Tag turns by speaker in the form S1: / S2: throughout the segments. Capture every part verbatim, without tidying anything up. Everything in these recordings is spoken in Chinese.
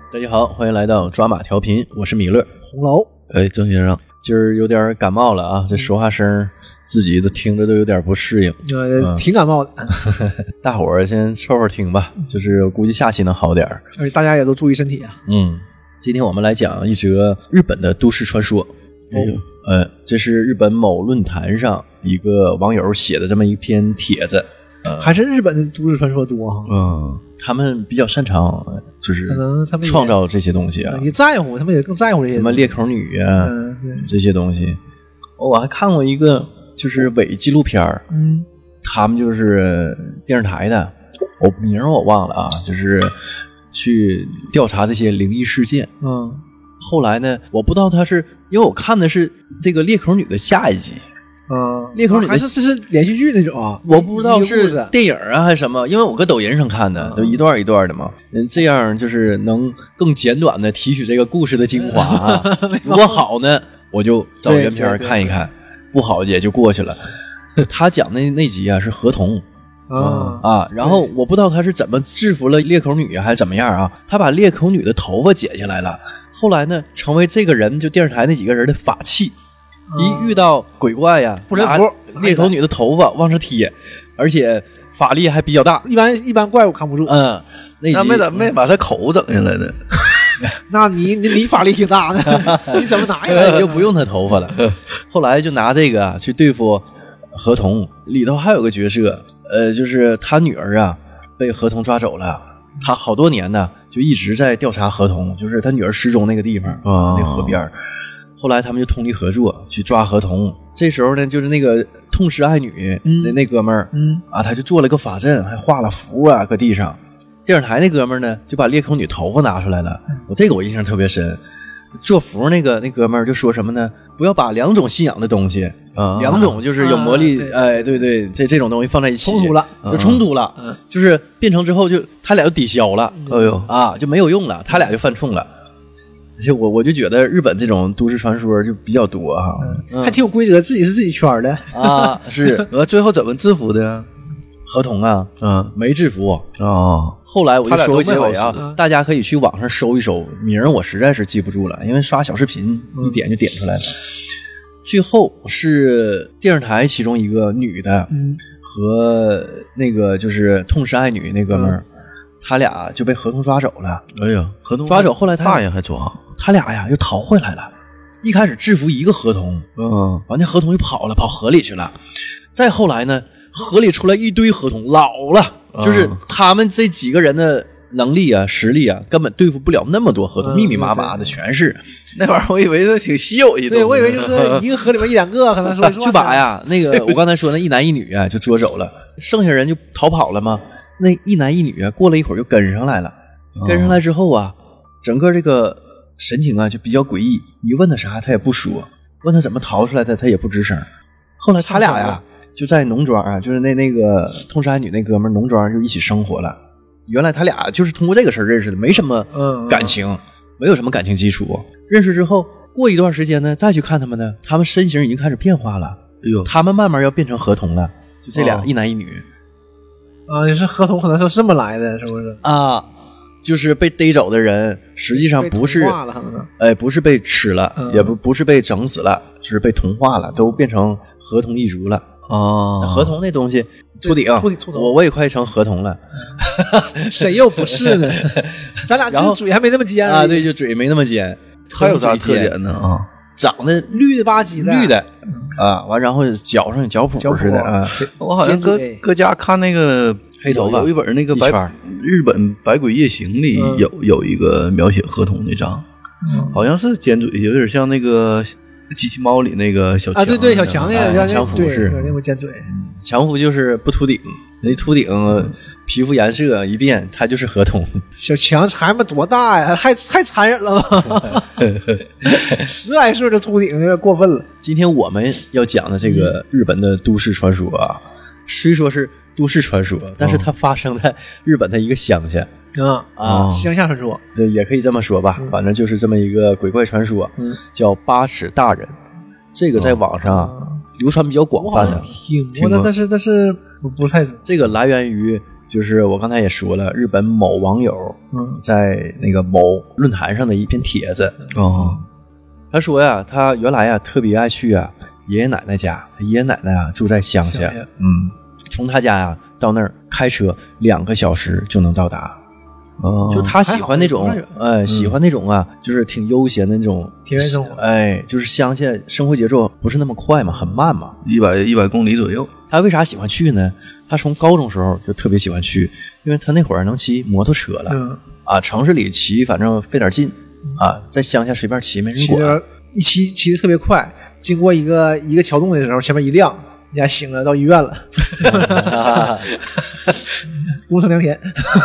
S1: 大家好，欢迎来到抓马调频，我是米勒。
S2: 红楼，
S3: 哎，郑先生，
S1: 今儿有点感冒了啊，这说话声自己都听着都有点不适应，
S2: 呃、嗯，挺感冒的。
S1: 大伙儿先凑合听吧，就是我估计下期能好点儿。
S2: 而且大家也都注意身体啊。
S1: 嗯，今天我们来讲一则日本的都市传说。
S2: 哦，
S1: 呃，这是日本某论坛上一个网友写的这么一篇帖子。
S2: 呃、还是日本的都市传说多哈。
S1: 嗯，他们比较擅长就是创造这些东西啊，
S2: 也在乎，他们也更在乎这些
S1: 什么裂口女啊、嗯、这些东西。我还看过一个就是伪纪录片，嗯，他们就是电视台的，我名我忘了啊，就是去调查这些灵异事件。
S2: 嗯，
S1: 后来呢，我不知道他是因为我看的是这个裂口女的下一集。
S2: 嗯，
S1: 裂口女的
S2: 还是这是连续剧那种啊？
S1: 我不知道是电影啊还是什么，因为我搁抖音上看的，就一段一段的嘛。嗯，这样就是能更简短的提取这个故事的精华啊。如果好呢，我就找原片看一看；不好也就过去了。他讲的那集啊是河童
S2: 啊
S1: 啊，然后我不知道他是怎么制服了裂口女还是怎么样啊？他把裂口女的头发剪下来了，后来呢，成为这个人就电视台那几个人的法器。一遇到鬼怪呀，拿裂口女的头发往上贴，而且法力还比较大，
S2: 一般一般怪物扛不住。
S1: 嗯，那
S3: 那没咋没把他口整下来的。
S2: 那你你你法力挺大的，你怎么拿
S1: 呀？就不用他头发了。后来就拿这个去对付河童，里头还有个角色，呃，就是他女儿啊被河童抓走了，他好多年呢就一直在调查河童，就是他女儿失踪那个地方，
S3: 哦、
S1: 那河边。后来他们就通力合作去抓河童，这时候呢，就是那个痛失爱女、嗯、那那哥们儿，
S2: 嗯
S1: 啊，他就做了个法阵，还画了符啊，搁地上。电视台那哥们儿呢，就把裂口女头发拿出来了。我这个我印象特别深。做符那个那哥们儿就说什么呢？不要把两种信仰的东西，啊、两种就是有魔力，啊、哎，对对，这这种东西放在一起，
S2: 冲突了，
S1: 就冲突了，
S2: 嗯、
S1: 就是变成之后就他俩就抵消了，
S3: 哎呦
S1: 啊，就没有用了，他俩就犯冲了。而且我我就觉得日本这种都市传说就比较多哈、
S2: 嗯，还挺有规则，自己是自己圈的
S1: 啊。是，
S3: 呃，最后怎么制服的？
S1: 河童啊，
S3: 嗯，
S1: 没制服
S3: 哦。
S1: 后来我就说个结尾啊，大家可以去网上搜一搜，名我实在是记不住了，因为刷小视频一点就点出来了。嗯、最后是电视台其中一个女的，
S2: 嗯，
S1: 和那个就是痛失爱女那哥们儿。嗯，他俩就被河童抓走了。
S3: 哎呀，河童
S1: 抓走，后来他
S3: 大爷还抓，
S1: 他俩呀又逃回来了。一开始制服一个河童，
S3: 嗯，
S1: 完那河童又跑了，跑河里去了。再后来呢，河里出来一堆河童，老了，嗯、就是他们这几个人的能力啊、实力啊，根本对付不了那么多河童，
S2: 嗯、
S1: 密密麻麻的全是。
S3: 那玩意儿我以为是挺稀有一
S2: 对，我以为就是一个河里面一两个，可能说
S1: 就把呀那个我刚才说那一男一女啊就捉走了，剩下人就逃跑了吗？那一男一女啊，过了一会儿就跟上来了。跟上来之后啊，整个这个神情啊就比较诡异。你问他啥，他也不说；问他怎么逃出来的，他也不吱声。后来他俩呀就在农庄啊，就是那那个痛失爱女那哥们儿农庄就一起生活了。原来他俩就是通过这个事儿认识的，没什么感情，嗯、没有什么感情基础。认识之后，过一段时间呢，再去看他们呢，他们身形已经开始变化了。
S3: 哎呦，
S1: 他们慢慢要变成河童了，就这俩、哦、一男一女。
S2: 啊，也是河童，可能是这么来的，是不是？
S1: 啊，就是被逮走的人，实际上不是，哎，不是被吃了，嗯、也不不是被整死了，就是被同化了，都变成河童一族了。
S3: 哦，
S1: 河童那东西，秃顶，
S2: 秃顶，秃顶，
S1: 我我也快成河童了，
S2: 谁又不是呢？咱俩就嘴还没那么尖
S1: 啊，对，就嘴没那么尖。
S3: 还有啥特点呢？啊，
S1: 长得
S2: 绿的吧唧的，
S1: 绿的。啊，完然后脚上有脚蹼似的啊！
S3: 我好像搁搁家看那个
S1: 黑头发
S3: 有一本那个白日本《百鬼夜行》里有、嗯、有一个描写河童那张，嗯、好像是尖嘴，有点像那个机器猫里那个小强
S2: 啊，对对，小强那个
S1: 强夫是
S2: 那个尖嘴，
S1: 强夫就是不秃顶，那秃顶。嗯皮肤颜色一变，他就是河童。
S2: 小强才嘛多大呀？太太残忍了吧！十来岁就秃顶，有点过分了。
S1: 今天我们要讲的这个日本的都市传说啊，虽说是都市传说，但是它发生在日本的一个乡下。
S2: 啊啊，乡下传说，
S1: 对，也可以这么说吧。嗯、反正就是这么一个鬼怪传说，嗯、叫八尺大人。这个在网上、啊、流传比较广泛的。
S2: 听过，但是但是不不太。
S1: 这个来源于就是我刚才也说了，日本某网友
S2: 嗯
S1: 在那个某论坛上的一篇帖子，
S3: 哦，
S1: 他说呀，他原来呀特别爱去啊爷爷奶奶家，他爷爷奶奶啊住在乡下，
S2: 乡下
S1: 嗯，从他家呀到那儿开车两个小时就能到达。
S3: 哦，
S1: 就他喜欢那种
S2: 还好不是，
S1: 呃，喜欢那种啊，就是挺悠闲的那种
S2: 田园生活
S1: 哎，就是乡下生活节奏不是那么快嘛，很慢嘛。
S3: 一百一百公里左右。
S1: 他为啥喜欢去呢？他从高中时候就特别喜欢去，因为他那会儿能骑摩托车了，
S2: 嗯，
S1: 啊，城市里骑反正费点劲，啊，在乡下随便骑没人管。
S2: 骑的一骑骑的特别快，经过一个一个桥洞的时候，前面一亮，人家醒了，到医院了，功成良田。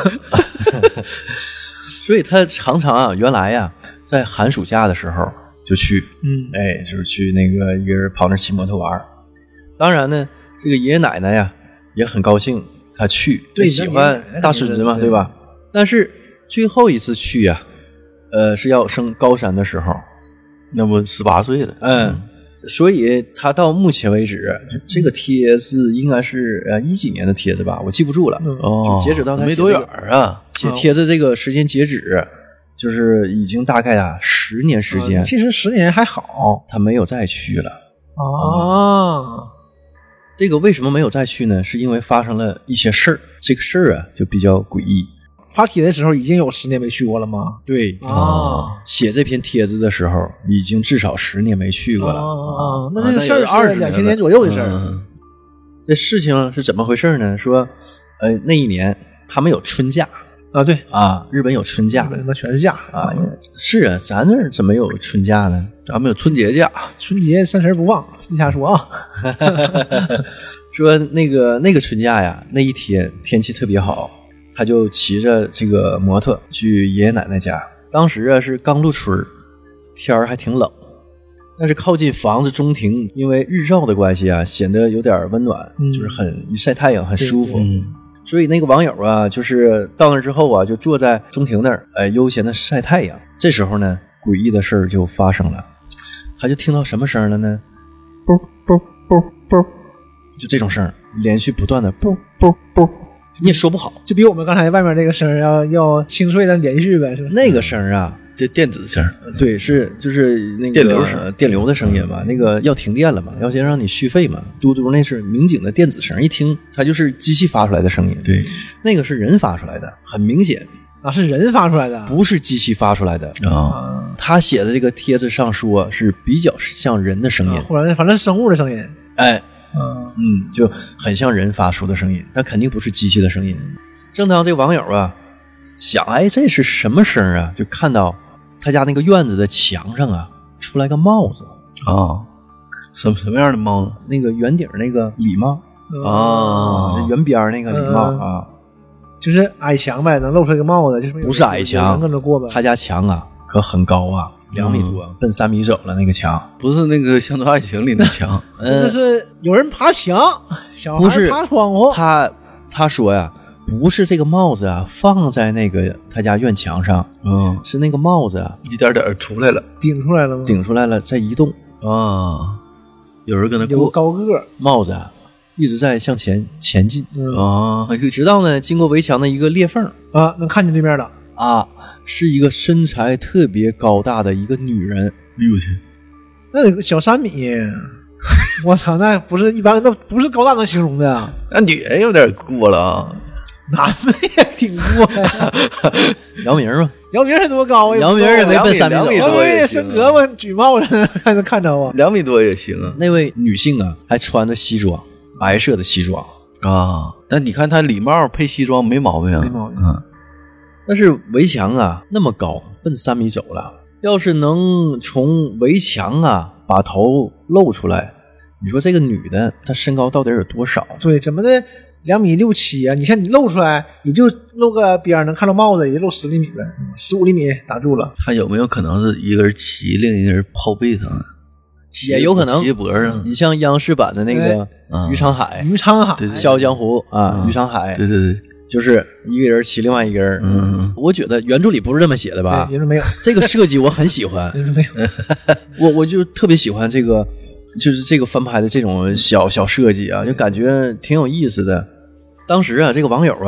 S1: 所以他常常啊，原来呀、在寒暑假的时候就去，
S2: 嗯，
S1: 哎，就是去那个一个人跑那骑摩托玩儿。当然呢，这个爷爷奶奶呀也很高兴他去，
S2: 对
S1: 喜欢大孙子嘛，对吧？但是最后一次去呀、呃，是要升高三的时候，
S3: 那不十八岁了，
S1: 嗯，所以他到目前为止，这个帖子应该是呃一几年的帖子吧，我记不住了。
S3: 哦，
S1: 就截止到他
S3: 没多远啊，
S1: 写帖子这个时间截止，就是已经大概啊十年时间，
S2: 其实十年还好
S1: 他没有再去了。
S2: 啊。
S1: 这个为什么没有再去呢？是因为发生了一些事儿，这个事儿啊就比较诡异。
S2: 发帖的时候已经有十年没去过了吗？
S1: 对
S2: 啊，
S1: 写这篇帖子的时候，已经至少十年没去过了。
S2: 啊，那这个事儿
S3: 二十
S2: 是两千年左右的事儿。
S3: 嗯
S1: 这事情是怎么回事呢？说，呃，那一年他们有春假
S2: 啊，对，
S1: 啊，日本有春假
S2: 日本他妈全是假
S1: 啊。是啊，咱这儿怎么有春假呢？
S3: 咱们有春节假，
S2: 春节三十不忘，你瞎说啊。
S1: 说那个那个春假呀，那一天天气特别好，他就骑着这个摩托去爷爷奶奶家。当时啊是刚入春儿，天儿还挺冷，但是靠近房子中庭，因为日照的关系啊，显得有点温暖，
S2: 嗯
S1: 就是很一晒太阳很舒服。
S3: 嗯，
S1: 所以那个网友啊，就是到那之后啊，就坐在中庭那儿，哎，悠闲的晒太阳。这时候呢，诡异的事儿就发生了，他就听到什么声了呢？啵啵啵啵，就这种声儿，连续不断的啵啵啵，你也说不好。
S2: 就比我们刚才外面这个声儿要要清脆但连续呗，是吧？
S1: 那个声儿啊，
S3: 这电子声，
S1: 对，是就是那个
S3: 电流声
S1: 电流的声音嘛。那个要停电了嘛，要先让你续费嘛。嘟嘟那是民警的电子声，一听它就是机器发出来的声音。
S3: 对，
S1: 那个是人发出来的，很明显
S2: 啊，是人发出来的，
S1: 不是机器发出来的。
S3: 啊，
S2: 啊，
S1: 他写的这个帖子上说是比较像人的声音，
S2: 或者反正是生物的声音。
S1: 哎，
S2: 嗯
S1: 嗯，就很像人发出的声音，但肯定不是机器的声音。正当这个网友啊想，哎，这是什么声啊？就看到他家那个院子的墙上啊出来个帽子
S3: 啊，什么什么样的帽子
S1: 那个圆顶那个礼帽
S3: 啊？
S1: 那圆边儿那个礼帽啊，
S2: 就是矮墙呗，能露出来个帽子，就是
S1: 不是矮墙，
S2: 跟着过呗。
S1: 他家墙啊可很高啊，两米多，奔三米走了那个墙。
S3: 不是那个《乡村爱情》里的墙，
S1: 嗯
S2: 这是有人爬墙，小孩
S1: 不是
S2: 爬窗户。
S1: 他他说呀，不是这个帽子啊放在那个他家院墙上，
S3: 嗯，
S1: 是那个帽子啊
S3: 一点点出来了
S2: 顶出来了吗？
S1: 顶出来了，在移动。
S3: 啊，有人跟他
S2: 有
S3: 过
S2: 高个儿
S1: 帽子啊一直在向前前进，
S2: 嗯
S3: 啊，哎呦
S1: 直到呢经过围墙的一个裂缝
S2: 啊，能看见对面了。
S1: 啊，是一个身材特别高大的一个女人。
S3: 哎呦我去，
S2: 那得小三米，我操，那不是一般，那不是高大能形容的啊。
S3: 那女人有点过了啊，
S2: 男的也挺过呀。
S1: 姚明嘛，
S2: 姚明是多高啊？
S1: 姚明也没奔三米走
S3: 两米
S2: 姚明也
S3: 多也行
S2: 伸胳膊举帽子，还能看着啊。
S3: 两米多也行啊
S1: 那位女性啊还穿着西装，白色的西装，
S3: 啊！但你看他礼帽配西装没毛病啊，
S2: 没毛病
S3: 嗯，
S1: 但是围墙啊那么高，奔三米走了，要是能从围墙啊把头露出来，你说这个女的她身高到底有多少？
S2: 对，怎么的两米六七啊？你像你露出来，也就露个边儿能看到帽子，也就露十厘米呗，十五厘米打住了。
S3: 他有没有可能是一个人骑，另一个人后背上啊？骑
S1: 也有可能
S3: 骑脖上，
S1: 你像央视版的那个
S3: 哎
S1: 于长海、
S2: 于沧海，
S3: 对对
S1: 《笑傲江湖》啊，
S3: 嗯
S1: 于长海
S3: 对对对，
S1: 就是一个人骑另外一个人。
S3: 嗯，
S1: 我觉得原著里不是这么写的吧
S2: 对，？原来没有，
S1: 这个设计我很喜欢，
S2: 原来没有。
S1: 我我就特别喜欢这个，就是这个翻拍的这种小小设计啊，就感觉挺有意思的。当时啊，这个网友啊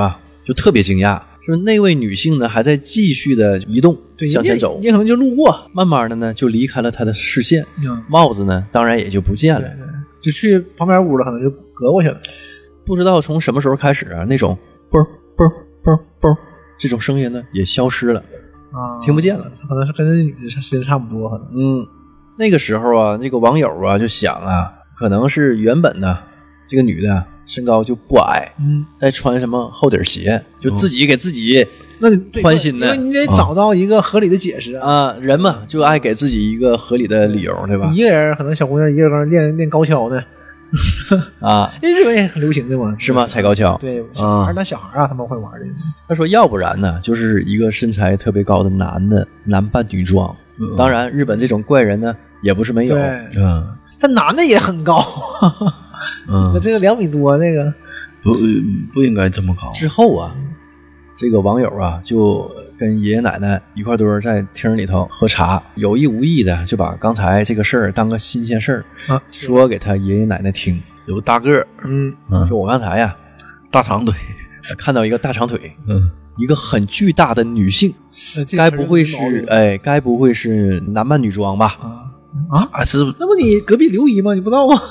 S1: 就特别惊讶，就是那位女性呢还在继续的移动
S2: 对，
S1: 向前走
S2: 人，家可能就路过，
S1: 慢慢的呢就离开了他的视线，
S2: 嗯，
S1: 帽子呢当然也就不见了。
S2: 对对，就去旁边屋了，可能就隔过去了。
S1: 不知道从什么时候开始啊，那种啵啵啵啵这种声音呢也消失了，
S2: 啊，
S1: 听不见了，
S2: 可能是跟这女的时间差不多，可能。
S1: 嗯，那个时候啊，那个网友啊就想啊，可能是原本呢这个女的身高就不矮，
S2: 嗯，
S1: 再穿什么厚底鞋，就自己给自己
S2: 那你
S1: 宽心的
S2: 因为你得找到一个合理的解释啊。
S1: 啊，人嘛就爱给自己一个合理的理由，对吧？
S2: 一个人可能小姑娘一个人练练高跷呢，
S1: 啊，
S2: 因为日本也很流行的嘛，
S1: 是吗？踩高跷。
S2: 对，小孩儿那小孩儿啊，他们会玩的。
S1: 他说，要不然呢，就是一个身材特别高的男的，男扮女装。
S3: 嗯
S1: 当然，日本这种怪人呢，也不是没有。
S2: 对，
S3: 嗯
S2: 但男的也很高，那
S3: 嗯，
S2: 这个两米多，那个
S3: 不不应该这么高。
S1: 之后啊，这个网友啊，就跟爷爷奶奶一块堆儿在厅里头喝茶，有意无意的就把刚才这个事儿当个新鲜事儿
S2: 啊
S1: 说给他爷爷奶奶听。
S3: 有个大个儿，
S2: 嗯，
S3: 嗯，
S1: 说我刚才呀，
S3: 大长腿，
S1: 看到一个大长腿，
S3: 嗯，
S1: 一个很巨大的女性，
S2: 呃这
S1: 该不会
S2: 词儿就没毛病
S1: 是哎，该不会是男扮女装吧？
S2: 啊啊？
S3: 啊是
S2: 那不你隔壁刘姨吗？你不知道吗？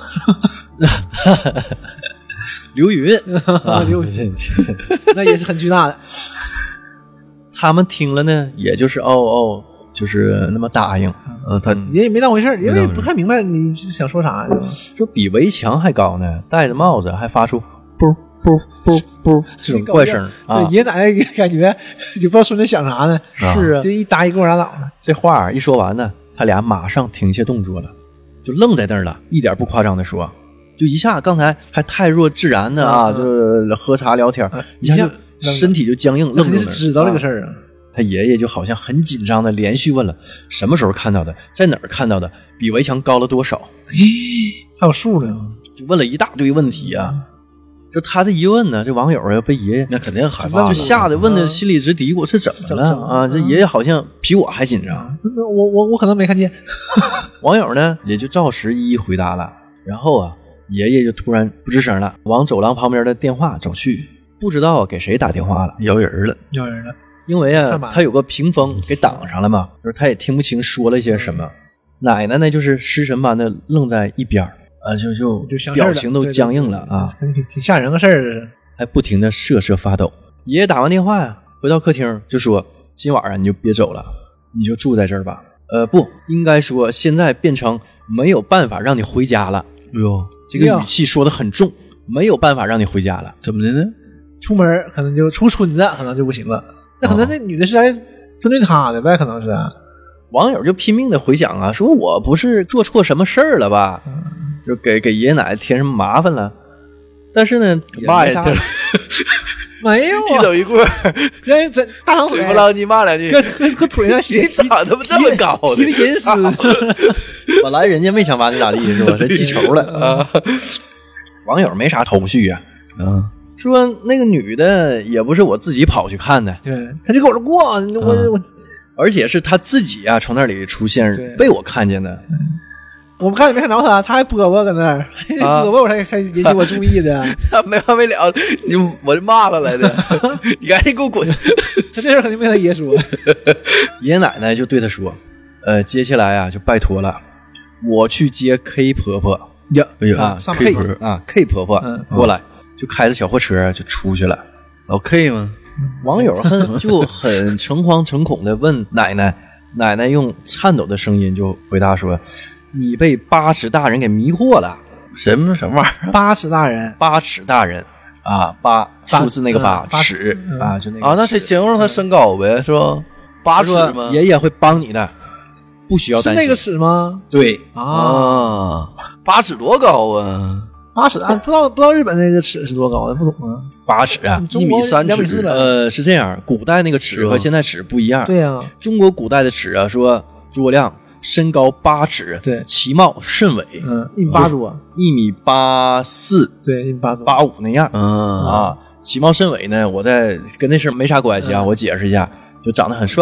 S1: 刘云啊，
S2: 刘云那也是很巨大的。
S1: 他们听了呢，也就是哦哦，就是那么答应。
S3: 呃他
S2: 人也没当回事儿，因为
S3: 没当回事
S2: 不太明白你是想说啥呀。
S1: 说比围墙还高呢，戴着帽子还发出啵啵啵啵这种怪声啊
S2: 对，！爷爷奶奶感觉就不知道孙子想啥呢。
S1: 是啊
S2: 就一搭一给我打倒了。
S1: 这话一说完呢，他俩马上停下动作了，就愣在那儿了，一点不夸张的说，就一下刚才还太若自然的啊，
S2: 嗯嗯
S1: 就是喝茶聊天，
S2: 嗯
S1: 一下就
S2: 一下愣了
S1: 身体就僵硬，
S2: 那
S1: 愣住那儿
S2: 肯定是知道这个事
S1: 啊。
S2: 儿啊。
S1: 他爷爷就好像很紧张的连续问了，什么时候看到的，在哪儿看到的，比围墙高了多少，
S2: 还有数呢。
S1: 就问了一大堆问题啊。就他这一问呢，这网友啊被爷爷
S3: 那肯定害怕
S1: 就
S3: 了，
S1: 吓得问的心里直嘀咕，这怎么了啊？这爷爷好像比我还紧张。
S2: 那我我我可能没看见。
S1: 网友呢也就照实一一回答了，然后啊，爷爷就突然不吱声了，往走廊旁边的电话走去，不知道给谁打电话了，
S3: 摇人了，
S2: 要人了。
S1: 因为啊
S2: 上班
S1: 他有个屏风给挡上了嘛，就是他也听不清说了些什么。奶奶呢就是失神般的愣在一边儿，啊，就就
S2: 就想事儿了
S1: 表情都僵硬了啊，
S2: 对对对挺挺吓人个事儿，这是。
S1: 还不停的瑟瑟发抖。爷爷打完电话呀，回到客厅就说：“今晚上你就别走了，你就住在这儿吧。呃，不应该说现在变成没有办法让你回家了。
S3: 哎呦，
S1: 这个语气说的很重，没有办法让你回家了。
S3: 怎么的呢？
S2: 出门可能就出村子，可能就不行了。那可能那女的是来针对他的呗，可能是。
S1: 网友就拼命的回想啊，说我不是做错什么事儿了吧？就给给爷爷奶奶添什么麻烦了？但是呢，也
S3: 骂人家
S1: 没啥，
S2: 没有
S3: 一
S2: 啊，
S3: 走一过，
S2: 这这大长腿
S3: 嘴不浪叽骂两句，
S2: 搁搁搁腿上写
S3: 你咋他妈这么高
S2: 提
S3: 的
S2: 的银丝，
S1: 本来人家没想咋地咋地是吧？这记仇了
S3: 啊？
S1: 网友没啥头绪啊，
S3: 嗯，
S1: 说那个女的也不是我自己跑去看的，
S2: 对，他就搁我这过，我我
S1: 而且是他自己啊从那里出现
S2: 对
S1: 被我看见的。
S2: 我们看也没看着他，他还啵啵搁那儿，
S3: 啊
S2: 啵啵我才才引起我注意的。
S3: 没完没了，你我就骂他来的，你赶紧给我滚！
S2: 他这事儿肯定没他爷说。
S1: 爷爷奶奶就对他说：“呃，接下来啊就拜托了，我去接 K 婆婆
S2: 呀，
S3: 哎呀
S1: 啊
S2: 上
S1: K
S2: 婆
S1: 啊 K 婆婆
S2: 嗯
S1: 过来，就开着小货车就出去了。”
S3: 老 K 吗？
S1: 网友很就很诚惶诚恐的问奶奶，奶奶用颤抖的声音就回答说：“你被八尺大人给迷惑了。
S3: 什么什么玩意儿
S2: 八尺大人，
S1: 八尺大人啊，八
S2: 八
S1: 数字那个八
S2: 嗯八
S1: 尺
S2: 嗯
S1: 啊，就那个
S3: 啊？那得形容他身高呗，是吧？八尺
S1: 他说
S3: 吗？
S1: 爷爷会帮你的，不需要担心。
S2: 是那个尺吗？
S1: 对，
S2: 啊，
S3: 啊，八尺多高啊？
S2: 八尺啊，不知道不知道日本那个尺是多高的，不懂啊。
S1: 八尺啊，
S2: 中国
S3: 一米三尺
S2: 两米四了。
S1: 呃，是这样，古代那个尺
S3: 是吧
S1: 和现在尺不一样。
S2: 对呀，
S1: 中国古代的尺啊，说诸葛亮身高八尺，
S2: 对
S1: 其貌甚伟，
S2: 嗯，一米八多，
S1: 一米八四、
S2: 对，一米八多。
S1: 八五那样
S3: 嗯
S1: 啊。其貌甚伟呢，我在跟那事儿没啥关系啊，我解释一下，就长得很帅。
S2: 对，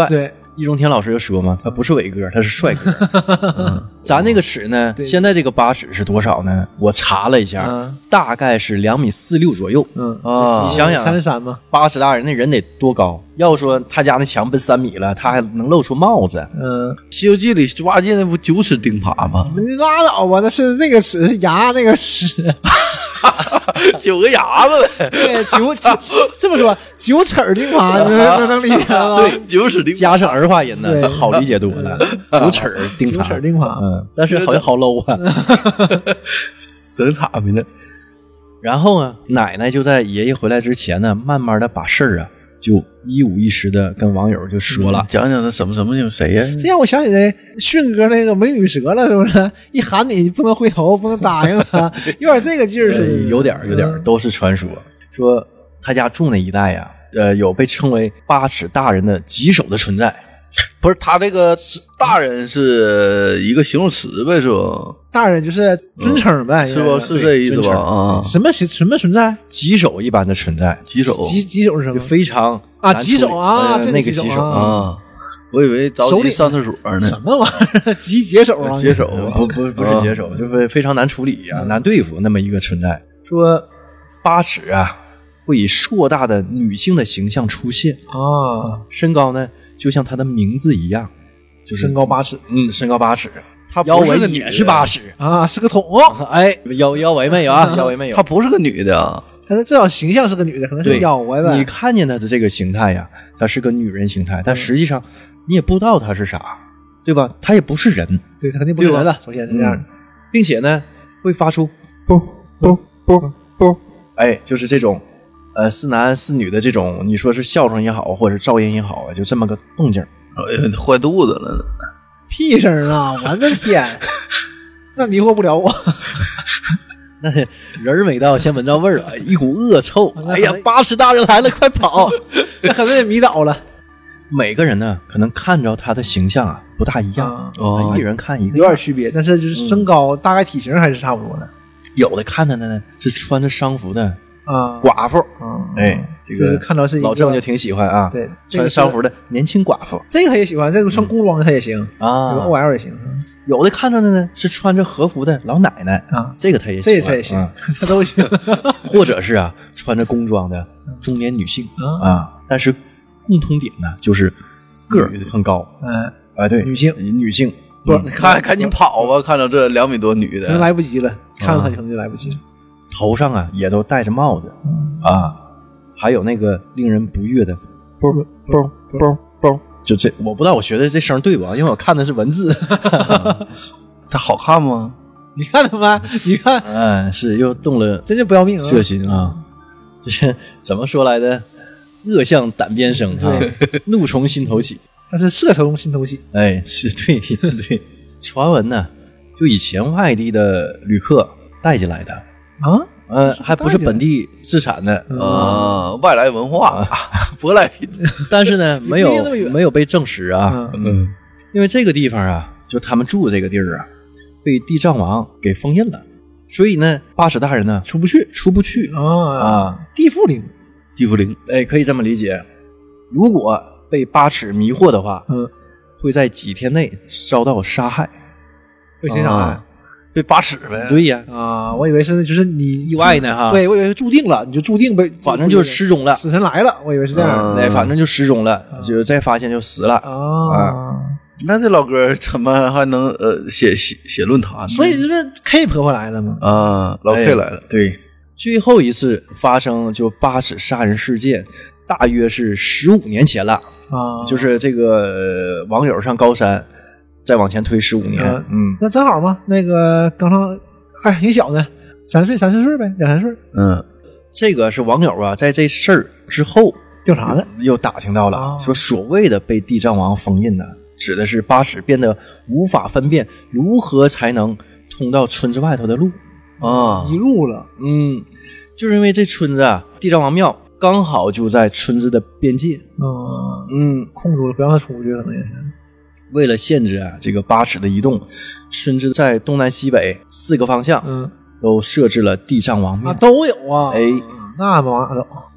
S1: 易中天老师就说嘛，他不是伟哥，他是帅哥。嗯、咱这个尺呢，现在这个八尺是多少呢？我查了一下，嗯、大概是两米四六左右。
S2: 嗯
S1: 啊，你想想，
S2: 三十三嘛，
S1: 八尺大人那人得多高？要说他家那墙奔三米了，他还能露出帽子。
S2: 嗯，
S3: 《西游记》里猪八戒那不九齿钉耙吗？
S2: 你拉倒吧，那是那个齿是牙那个齿。
S3: 九个牙子嘞，
S2: 对，九九这么说，九齿钉耙，能能理解吗？
S3: 对，九齿钉耙
S1: 加上儿化音呢，好理解多了。九齿钉耙，
S2: 九齿钉耙，
S1: 嗯，但是好像好 low 啊，
S3: 整岔劈呢。
S1: 然后啊，奶奶就在爷爷回来之前呢，慢慢的把事儿啊，就一五一十的跟网友就说了，
S3: 嗯、讲讲他什么什么有谁呀？
S2: 这让我想起来迅哥那个美女蛇了，是不是？一喊你不能回头，不能答应啊，有点这个劲儿是，
S1: 有点有点都是传说。说他家住那一带呀、啊，呃，有被称为八尺大人的棘手的存在。
S3: 不是他这个大人是一个形容词呗，是吧？
S2: 大人就是尊称呗，
S3: 嗯、是不？是这意思吧？啊，
S2: 什么什么存在？
S1: 棘手一般的存在，
S3: 棘手，
S2: 棘棘手是什么？
S1: 就非常
S2: 啊，棘手啊，
S1: 呃、那个棘手
S3: 啊，我以为着急上厕所呢。
S2: 什么玩意儿？棘解手啊？
S3: 解手
S1: 不不不是解手，就是非常难处理啊，难对付那么一个存在。说八尺啊，会以硕大的女性的形象出现
S2: 啊，
S1: 身高呢，就像她的名字一样。就是
S2: 身高八尺，
S1: 嗯，身高八尺，
S3: 他
S1: 腰围也是八尺
S2: 啊，是个桶，
S1: 哎，腰腰围没有啊？腰围没有，
S3: 她不是个女的啊，
S2: 但是至少形象是个女的，可能是腰围呗。
S1: 你看见她的这个形态呀，她是个女人形态，但实际上你也不知道她是啥，对吧？她也不是人，
S2: 对，她肯定不是人了，首先是这样的，
S1: 嗯、并且呢，会发出
S2: 啵啵啵啵，
S1: 哎，就是这种呃似男似女的这种，你说是笑声也好，或者是噪音也好啊，就这么个动静。
S3: 哎呀，坏肚子了！
S2: 屁声啊！我的天，那迷惑不了我。
S1: 那人没到，先闻着味儿了，一股恶臭。哎呀，八尺大人来了，快跑！
S2: 那可能也迷倒了。
S1: 每个人呢，可能看着他的形象啊不大一样，啊哦、一人看一个，
S2: 有点区别，但是就是身高、嗯、大概体型还是差不多的。
S1: 有的看他的呢是穿着丧服的。
S2: 啊，
S1: 寡妇，
S2: 嗯，
S1: 哎，这个
S2: 看到是
S1: 老郑就挺喜欢啊，
S2: 对，
S1: 穿丧服的年轻寡妇，
S2: 这个他也喜欢，这个穿工装的他也行
S1: 啊
S2: ，O L 也行。
S1: 有的看着的呢是穿着和服的老奶奶啊，这个他也喜欢，
S2: 这个他也行，他都行。
S1: 或者是啊穿着工装的中年女性啊，但是共通点呢就是个儿很高，
S2: 哎
S1: 哎，对，
S2: 女性
S1: 女性，
S3: 不是看赶紧跑吧，看到这两米多女的，
S2: 可能来不及了，看到他可能就来不及了。
S1: 头上啊也都戴着帽子、嗯、啊，还有那个令人不悦的啵啵啵啵，就这我不知道我学的这声对不？因为我看的是文字。
S3: 它好看吗？
S2: 你看了吗？你看，
S1: 嗯，是又动了，
S2: 真就不要命啊！
S1: 色心啊，就是怎么说来的？恶向胆边生啊，怒从心头起。
S2: 但是色从心头起。
S1: 哎，是对对。传闻呢，就以前外地的旅客带进来的。啊，呃，还不是本地自产的
S3: 啊，外来文化，舶来品。
S1: 但是呢，没有没有被证实啊，
S3: 嗯，
S1: 因为这个地方啊，就他们住的这个地儿啊，被地藏王给封印了，所以呢，八尺大人呢出不去，出不去
S2: 啊
S1: 啊，
S2: 地缚灵，
S3: 地缚灵，
S1: 哎，可以这么理解。如果被八尺迷惑的话，
S2: 嗯，
S1: 会在几天内遭到杀害。
S2: 被谁杀害？
S3: 被八尺呗，
S1: 对呀，
S2: 啊，我以为是就是你
S1: 意外呢哈，
S2: 对我以为是注定了，你就注定被，
S1: 反正就是失踪了，
S2: 死神来了，我以为是这样，
S1: 哎、嗯，反正就失踪了，嗯、就再发现就死了
S2: 啊。
S1: 啊
S3: 那这老哥怎么还能呃写写写论坛呢？
S2: 所以这不 K 婆婆来了吗？
S3: 啊，老 K 来了、哎。
S1: 对，最后一次发生就八尺杀人事件，大约是十五年前了
S2: 啊，
S1: 就是这个、呃、网友上高山。再往前推十五年，
S2: 嗯，嗯那正好嘛，那个刚上还挺小呢，三岁三四岁呗，两三岁。
S1: 嗯，这个是网友啊，在这事儿之后
S2: 调查的，
S1: 又打听到了，
S2: 哦、
S1: 说所谓的被地藏王封印呢，指的是八尺变得无法分辨如何才能通到村子外头的路
S3: 啊，
S2: 迷路了。
S1: 嗯，就是因为这村子啊，地藏王庙刚好就在村子的边界，
S2: 嗯
S1: 嗯，
S2: 控住了，不让他出去，可能也是。
S1: 为了限制啊这个八尺的移动，村子在东南西北四个方向，
S2: 嗯，
S1: 都设置了地藏王庙
S2: 啊，都有啊，
S1: 哎，
S2: 那往哪走？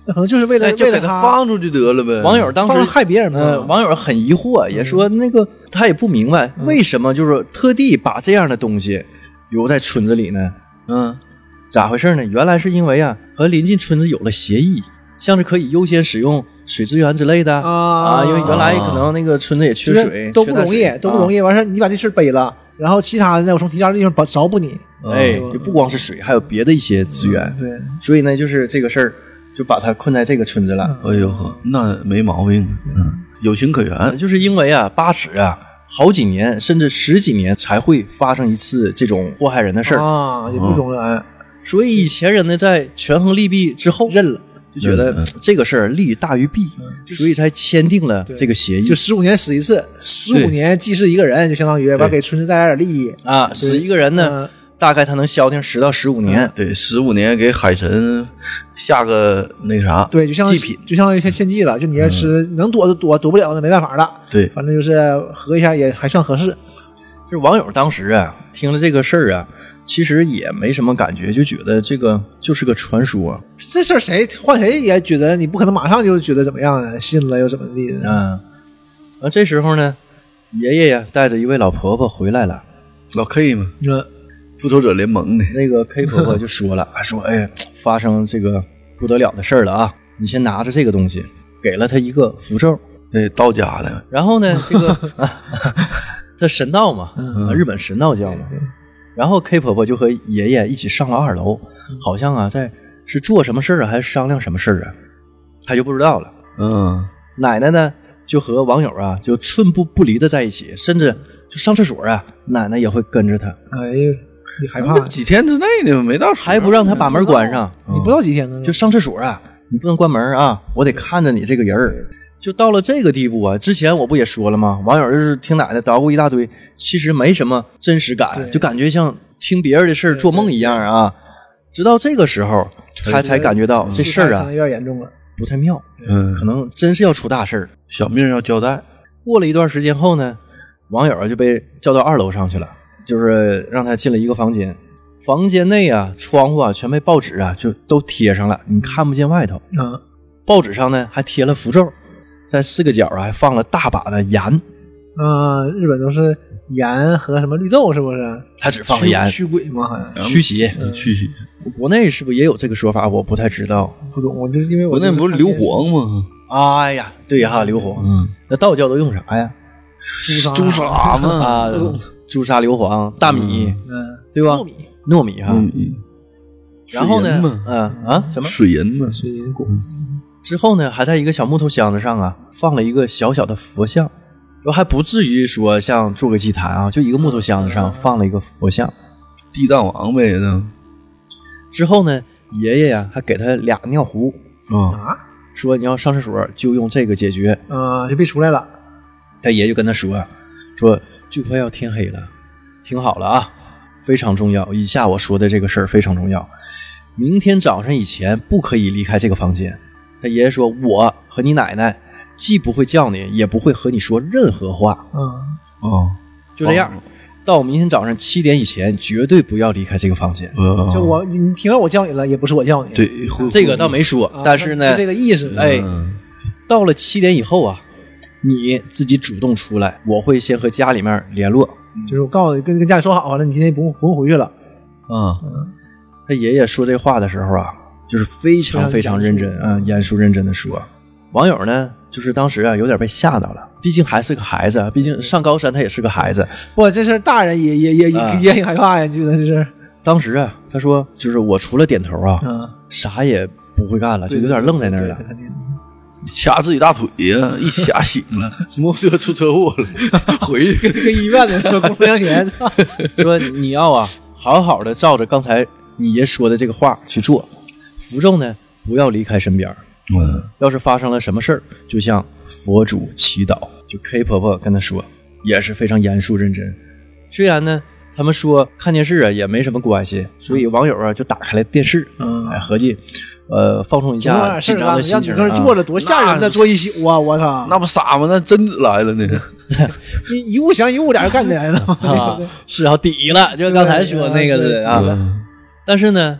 S2: 那可能就是为了、
S3: 哎就给
S2: 为了
S3: 他放出去得了呗。
S1: 网友当时
S2: 放害别人嘛、
S1: 呃，网友很疑惑，也说那个他也不明白为什么就是特地把这样的东西留在村子里呢？
S3: 嗯，
S1: 咋回事呢？原来是因为啊，和临近村子有了协议，像是可以优先使用水资源之类的
S2: 啊
S1: 因为原来可能那个村子也缺水，
S2: 都不容易，都不容
S1: 易。
S2: 易。完事你把这事背了，然后其他的呢，我从其他的地方找补你。
S1: 哎，就不光是水，还有别的一些资源。
S2: 对，
S1: 所以呢，就是这个事儿就把他困在这个村子了。
S3: 哎呦呵，那没毛病，嗯，有情可原。
S1: 就是因为啊，八尺啊，好几年甚至十几年才会发生一次这种祸害人的事儿
S2: 啊，也不容易。哎，
S1: 所以以前人呢，在权衡利弊之后
S2: 认了。
S1: 就觉得这个事儿利大于弊，所以才签订了这个协议。
S2: 就十五年死一次，十五年祭祀一个人，就相当于把给村子带来点利益
S1: 啊。死一个人呢，
S2: 嗯、
S1: 大概他能消停十到十五年。
S3: 嗯、对，十五年给海神下个那个啥，
S2: 对，就像
S3: 祭品，
S2: 就相当于像献祭了。就你要吃，嗯、能躲就躲，躲不了那没办法了。
S3: 对，
S2: 反正就是合一下也还算合适。
S1: 就是网友当时啊，听了这个事儿啊。其实也没什么感觉，就觉得这个就是个传说。
S2: 这事儿谁换谁也觉得你不可能马上就觉得怎么样啊，信了又怎么地的。
S1: 嗯，啊，这时候呢，爷爷呀带着一位老婆婆回来了，
S3: 老 K 嘛，
S2: 嗯，
S3: 复仇者联盟的
S1: 那个 K 婆婆就说了，说哎，发生这个不得了的事儿了啊！你先拿着这个东西，给了他一个符咒，
S3: 对，道家的。
S1: 然后呢，这个这神道嘛，
S2: 嗯、
S1: 日本神道教嘛。然后 K 婆婆就和爷爷一起上了二楼，好像啊在是做什么事儿啊，还是商量什么事儿啊，他就不知道了。
S3: 嗯，
S1: 奶奶呢就和网友啊就寸步不离的在一起，甚至就上厕所啊，奶奶也会跟着他。
S2: 哎呀，你害怕？
S3: 几天之内呢，没到
S1: 还不让他把门关上，
S2: 你不知道几天呢？
S1: 就上厕所啊，你不能关门啊，我得看着你这个人儿。就到了这个地步啊！之前我不也说了吗？网友就是听奶奶捣鼓一大堆，其实没什么真实感，就感觉像听别人的事儿做梦一样啊。直到这个时候，他才感觉到这事儿啊
S2: 有点严重了，
S1: 不太妙，
S3: 嗯，
S1: 可能真是要出大事儿，
S3: 小命要交代。
S1: 过了一段时间后呢，网友啊就被叫到二楼上去了，就是让他进了一个房间。房间内啊，窗户啊全被报纸啊就都贴上了，你看不见外头。
S2: 嗯，
S1: 报纸上呢还贴了符咒。在四个角啊，还放了大把的盐。
S2: 啊、呃，日本都是盐和什么绿豆，是不是？
S1: 他只放了盐，
S2: 驱鬼吗？好像
S1: 驱邪，
S3: 嗯、驱邪。
S1: 国内是不是也有这个说法？我不太知道，
S2: 不懂。我就因为我
S3: 国内不是硫磺吗？
S1: 哎呀，对哈，硫磺。
S3: 嗯，
S1: 那道教都用啥呀？
S3: 朱砂嘛
S1: 啊，朱砂、硫磺、大米，
S2: 嗯，
S1: 对吧？
S2: 糯米，
S1: 糯米哈。
S3: 糯米。
S1: 然后呢？嗯啊，什么
S3: 水银嘛？
S2: 水银汞。
S1: 之后呢，还在一个小木头箱子上啊，放了一个小小的佛像，还不至于说像做个祭坛啊，就一个木头箱子上放了一个佛像，
S3: 地藏王呗。
S1: 之后呢，爷爷呀还给他俩尿壶
S2: 啊，说
S1: 你要上厕所就用这个解决
S2: 啊，就别出来了。
S1: 他爷就跟他说，说就快要天黑了，听好了啊，非常重要，以下我说的这个事儿非常重要，明天早上以前不可以离开这个房间。他爷爷说，我和你奶奶既不会叫你，也不会和你说任何话。
S2: 嗯，
S3: 哦，
S1: 就这样，哦、到明天早上七点以前，绝对不要离开这个房间。
S3: 哦、
S2: 就我，你听到我叫你了，也不是我叫你。
S3: 对，
S1: 这个倒没说，
S2: 啊、
S1: 但是呢，
S2: 就这个意思。
S1: 哎，嗯、到了七点以后啊，你自己主动出来，我会先和家里面联络。
S2: 就是我告诉你，跟跟家里说好了，你今天不用不用回去了。
S3: 啊、
S2: 嗯，
S1: 他爷爷说这话的时候啊。就是非常非常认真啊，严肃认真的说。网友呢，就是当时啊有点被吓到了，毕竟还是个孩子，毕竟上高山他也是个孩子。
S2: 不，这事大人也也也、啊、也很害怕呀，觉得这是。
S1: 当时啊，他说就是我除了点头啊，
S2: 嗯、
S1: 啥也不会干了，就有点愣在那儿了。
S3: 掐自己大腿呀、啊，一掐醒了，摩托车出车祸了，回去
S2: 跟医院的说功夫良田，
S1: 说你要啊好好的照着刚才你爷说的这个话去做。符咒呢，不要离开身边。
S3: 嗯，
S1: 要是发生了什么事儿，就向佛祖祈祷。就 K 婆婆跟他说，也是非常严肃认真。虽然呢，他们说看电视啊也没什么关系，所以网友啊就打开了电视，
S2: 嗯，
S1: 哎，合计呃放松一下紧张的心情。
S2: 让你坐着多吓人呢，坐一宿啊！我操，
S3: 那不傻吗？那贞子来了呢。
S2: 你一物降一物，俩人干起来了
S1: 啊！是啊，抵了，就刚才说那个是啊。但是呢。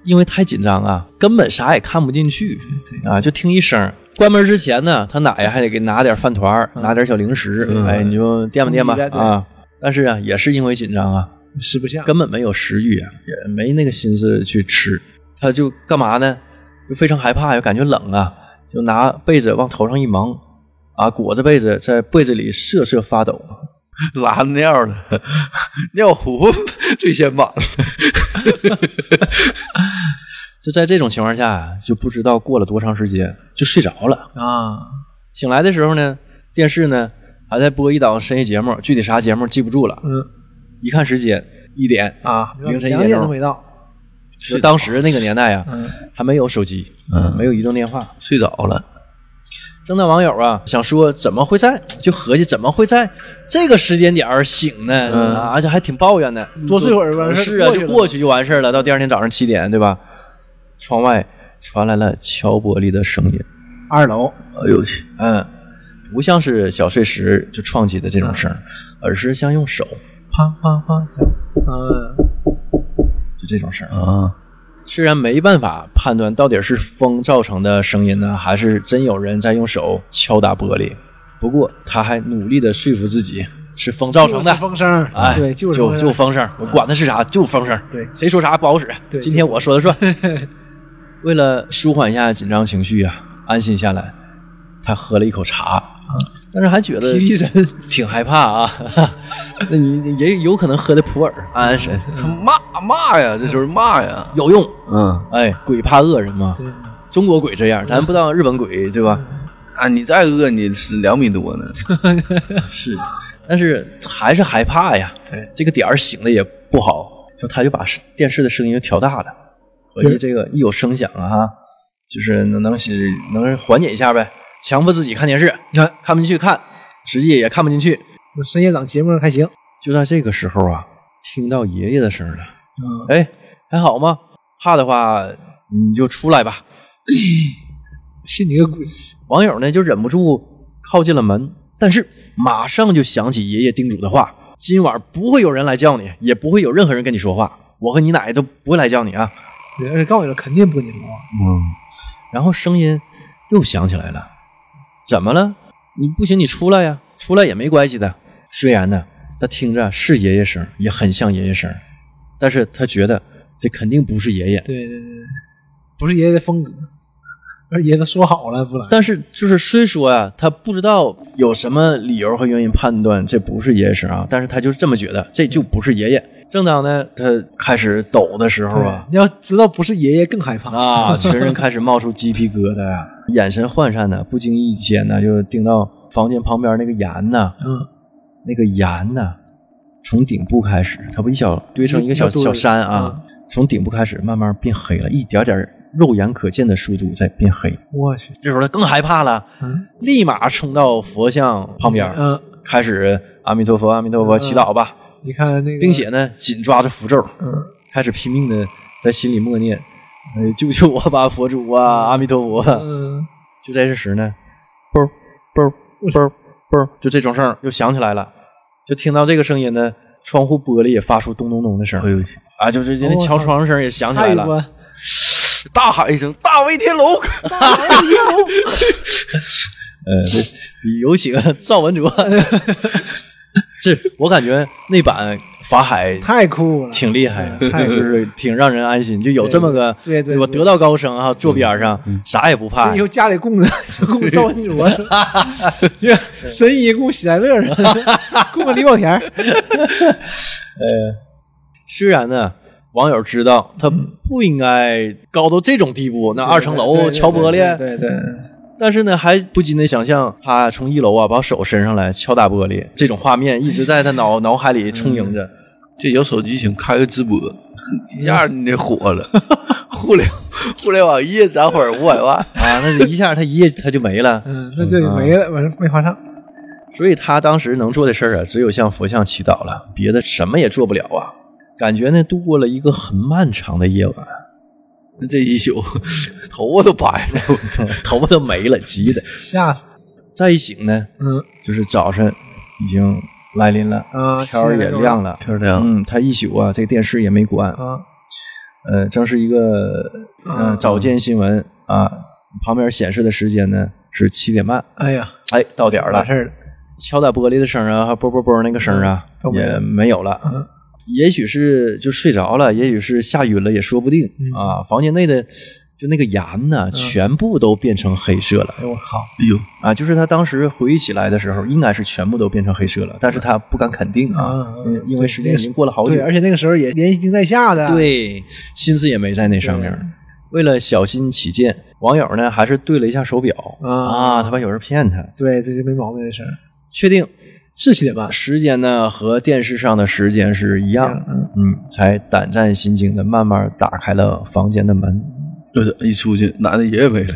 S1: 因为太紧张啊，根本啥也看不进去啊，就听一声。关门之前呢，他奶还得给拿点饭团、嗯、拿点小零食，嗯、哎，你就垫吧垫吧啊。但是啊，也是因为紧张啊，
S2: 吃不下，
S1: 根本没有食欲啊，也没那个心思去吃。他就干嘛呢？就非常害怕，又感觉冷啊，就拿被子往头上一蒙啊，裹着被子在被子里瑟瑟发抖。
S3: 拉尿了，尿壶最先满了。
S1: 就在这种情况下，就不知道过了多长时间就睡着了
S2: 啊。
S1: 醒来的时候呢，电视呢还在播一档深夜节目，具体啥节目记不住了。
S2: 嗯，
S1: 一看时间一点
S2: 啊，
S1: 凌晨一
S2: 点都没到。
S1: 就当时那个年代啊，
S2: 嗯、
S1: 还没有手机，
S3: 嗯，
S1: 没有移动电话，
S3: 睡着了。
S1: 正当网友啊想说怎么会在，就合计怎么会在这个时间点醒呢？
S3: 嗯、
S1: 而且还挺抱怨的，
S2: 多睡会儿吧。
S1: 是啊，就过去就完事了。到第二天早上七点，对吧？窗外传来了敲玻璃的声音，
S2: 二楼。
S3: 哎呦我去，
S1: 嗯，不像是小碎石就撞击的这种声，嗯、而是像用手
S2: 啪啪啪敲，嗯，
S1: 就这种声
S3: 啊。
S1: 虽然没办法判断到底是风造成的声音呢，还是真有人在用手敲打玻璃，不过他还努力的说服自己是风造成的，
S2: 就是风声，
S1: 哎，
S2: 对，就
S1: 就就风声，我管它是啥，就风声，
S2: 对，
S1: 谁说啥不好使，
S2: 对，
S1: 今天我说了算。为了舒缓一下紧张情绪啊，安心下来，他喝了一口茶，但是还觉得
S2: 提提神，
S1: 挺害怕啊。那你也有可能喝的普洱，安安神。
S3: 他骂骂呀，这时候骂呀，
S1: 有用。
S3: 嗯，
S1: 哎，鬼怕恶人嘛。中国鬼这样，咱不知道日本鬼对吧？
S3: 啊，你再饿你是两米多呢。
S1: 是，但是还是害怕呀。
S2: 对，
S1: 这个点儿醒的也不好，就他就把电视的声音调大了。合计这个一有声响啊，哈，就是能能能缓解一下呗，强迫自己看电视，看看不进去看，实际也看不进去。
S2: 深夜档节目还行。
S1: 就在这个时候啊，听到爷爷的声了。
S2: 嗯，
S1: 哎，还好吗？怕的话你就出来吧。
S2: 信你个鬼！
S1: 网友呢就忍不住靠近了门，但是马上就想起爷爷叮嘱的话：今晚不会有人来叫你，也不会有任何人跟你说话，我和你奶奶都不会来叫你啊。
S2: 对，而且告诉你了，肯定不跟你说话。
S1: 嗯，然后声音又响起来了，怎么了？你不行，你出来呀，出来也没关系的。虽然呢，他听着是爷爷声，也很像爷爷声，但是他觉得这肯定不是爷爷。
S2: 对对对，不是爷爷的风格。而爷爷说好了不来，
S1: 但是就是虽说呀、啊，他不知道有什么理由和原因判断这不是爷爷声啊，但是他就这么觉得，这就不是爷爷。正当呢他开始抖的时候啊，
S2: 你要知道不是爷爷更害怕
S1: 啊，全身开始冒出鸡皮疙瘩呀、啊，眼神涣散呢，不经意间呢就盯到房间旁边那个檐呢，
S2: 嗯，
S1: 那个檐呢从顶部开始，它不一小堆成一个小小山啊，从顶部开始慢慢变黑了，一点点肉眼可见的速度在变黑。
S2: 我去，
S1: 这时候他更害怕了，
S2: 嗯，
S1: 立马冲到佛像旁边，
S2: 嗯，
S1: 开始阿弥陀佛阿弥陀佛祈祷吧。
S2: 你看那个，
S1: 并且呢紧抓着符咒，
S2: 嗯，
S1: 开始拼命的在心里默念，哎，救救我吧佛主啊，阿弥陀佛。
S2: 嗯，
S1: 就在这时呢，啵啵啵啵，就这种声又响起来了，就听到这个声音呢，窗户玻璃也发出咚咚咚的声，
S3: 哎呦去
S1: 啊，就是那敲窗声也响起来了。
S3: 大喊一声大威天龙，
S2: 大威天龙。
S1: 呃，比有请赵文卓。是我感觉那版法海
S2: 太酷了，
S1: 挺厉害的，太就是挺让人安心，就有这么个
S2: 对对，
S1: 我得道高僧啊，坐边上啥也不怕。
S2: 以后家里供着供赵文卓，就神医供喜来乐似的，供个李保田。
S1: 呃，虽然呢，网友知道他不应该高到这种地步，那二层楼敲玻璃，
S2: 对对。
S1: 但是呢，还不禁的想象他从一楼啊把手伸上来敲打玻璃，这种画面一直在他脑脑海里充盈着。
S3: 这有手机请开个直播，一下你得火了。互联互联网一夜涨粉五百万
S1: 啊，那一下他一夜他就没了，
S2: 嗯，那这没了，完没花上。
S1: 所以他当时能做的事儿啊，只有向佛像祈祷了，别的什么也做不了啊。感觉呢，度过了一个很漫长的夜晚。
S3: 那这一宿头发都白了，
S1: 头发都没了，急的
S2: 吓死。
S1: 再一醒呢，
S2: 嗯，
S1: 就是早晨已经来临了，
S2: 啊，
S1: 天儿也亮了，
S3: 天亮。
S1: 嗯，他一宿啊，这个电视也没关
S2: 啊。
S1: 呃，正是一个呃早间新闻啊，旁边显示的时间呢是七点半。
S2: 哎呀，
S1: 哎，到点了，
S2: 完事儿了。
S1: 敲打玻璃的声啊，和啵啵啵那个声啊、
S2: 嗯、
S1: 也没有了。
S2: 嗯，
S1: 也许是就睡着了，也许是吓晕了，也说不定、
S2: 嗯、
S1: 啊。房间内的就那个盐呢、嗯，全部都变成黑色了。
S2: 哎我靠！
S3: 哎呦
S1: 啊，就是他当时回忆起来的时候，应该是全部都变成黑色了，但是他不敢肯定啊，
S2: 嗯、
S1: 因为时间已经过了好久，
S2: 对，而且那个时候也年轻在下的，
S1: 对，心思也没在那上面。为了小心起见，网友呢还是对了一下手表、
S2: 啊,
S1: 啊，他怕有人骗他。
S2: 对，这就没毛病的事儿。
S1: 确定
S2: 是七点半，
S1: 时间呢和电视上的时间是一样，
S2: 嗯
S1: 嗯，才胆战心惊的慢慢打开了房间的门。
S3: 一出去，男的爷爷没了，